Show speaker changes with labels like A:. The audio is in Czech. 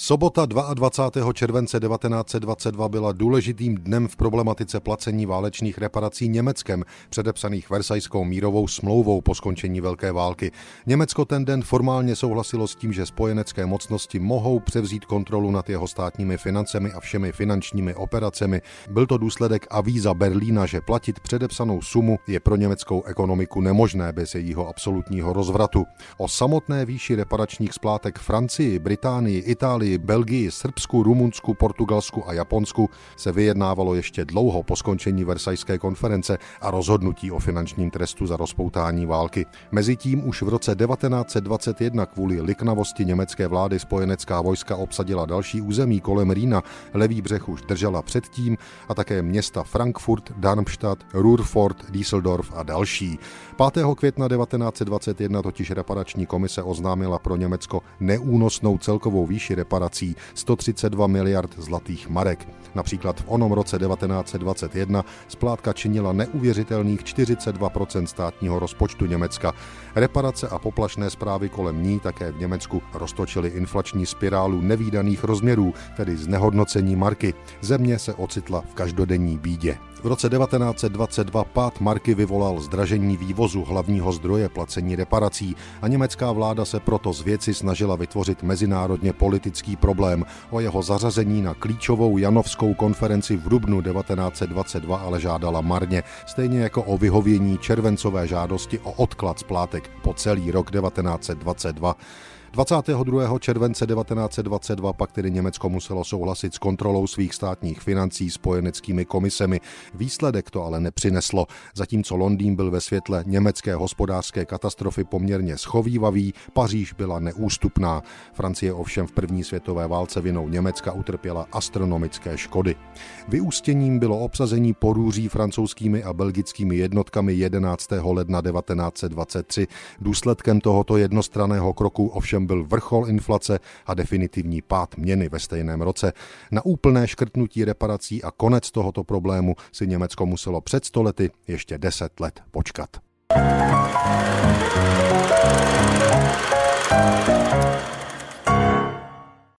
A: Sobota 22. července 1922 byla důležitým dnem v problematice placení válečných reparací Německem, předepsaných Versajskou mírovou smlouvou po skončení Velké války. Německo ten den formálně souhlasilo s tím, že spojenecké mocnosti mohou převzít kontrolu nad jeho státními financemi a všemi finančními operacemi. Byl to důsledek avíza Berlína, že platit předepsanou sumu je pro německou ekonomiku nemožné bez jejího absolutního rozvratu. O samotné výši reparačních splátek Francii, Británii, Itálii, Belgii, Srbsku, Rumunsku, Portugalsku a Japonsku se vyjednávalo ještě dlouho po skončení Versajské konference a rozhodnutí o finančním trestu za rozpoutání války. Mezitím už v roce 1921 kvůli liknavosti německé vlády spojenecká vojska obsadila další území kolem Rýna, levý břeh už držela předtím a také města Frankfurt, Darmstadt, Ruhrfort, Düsseldorf a další. 5. května 1921 totiž reparační komise oznámila pro Německo neúnosnou celkovou výši reparací 132 miliard zlatých marek. Například v onom roce 1921 splátka činila neuvěřitelných 42% státního rozpočtu Německa. Reparace a poplašné zprávy kolem ní také v Německu roztočily inflační spirálu nevídaných rozměrů, tedy znehodnocení marky. Země se ocitla v každodenní bídě. V roce 1922 pád marky vyvolal zdražení vývozu, hlavního zdroje placení reparací, a německá vláda se proto z věci snažila vytvořit mezinárodně politický problém. O jeho zařazení na klíčovou janovskou konferenci v dubnu 1922 ale žádala marně, stejně jako o vyhovění červencové žádosti o odklad splátek po celý rok 1922. 22. července 1922 pak tedy Německo muselo souhlasit s kontrolou svých státních financí spojeneckými komisemi. Výsledek to ale nepřineslo. Zatímco Londýn byl ve světle německé hospodářské katastrofy poměrně schovívavý, Paříž byla neústupná. Francie ovšem v první světové válce vinou Německa utrpěla astronomické škody. Vyústěním bylo obsazení Porúří francouzskými a belgickými jednotkami 11. ledna 1923. Důsledkem tohoto jednostranného kroku ovšem byl vrchol inflace a definitivní pád měny ve stejném roce. Na úplné škrtnutí reparací a konec tohoto problému si Německo muselo před 100 lety ještě 10 let počkat.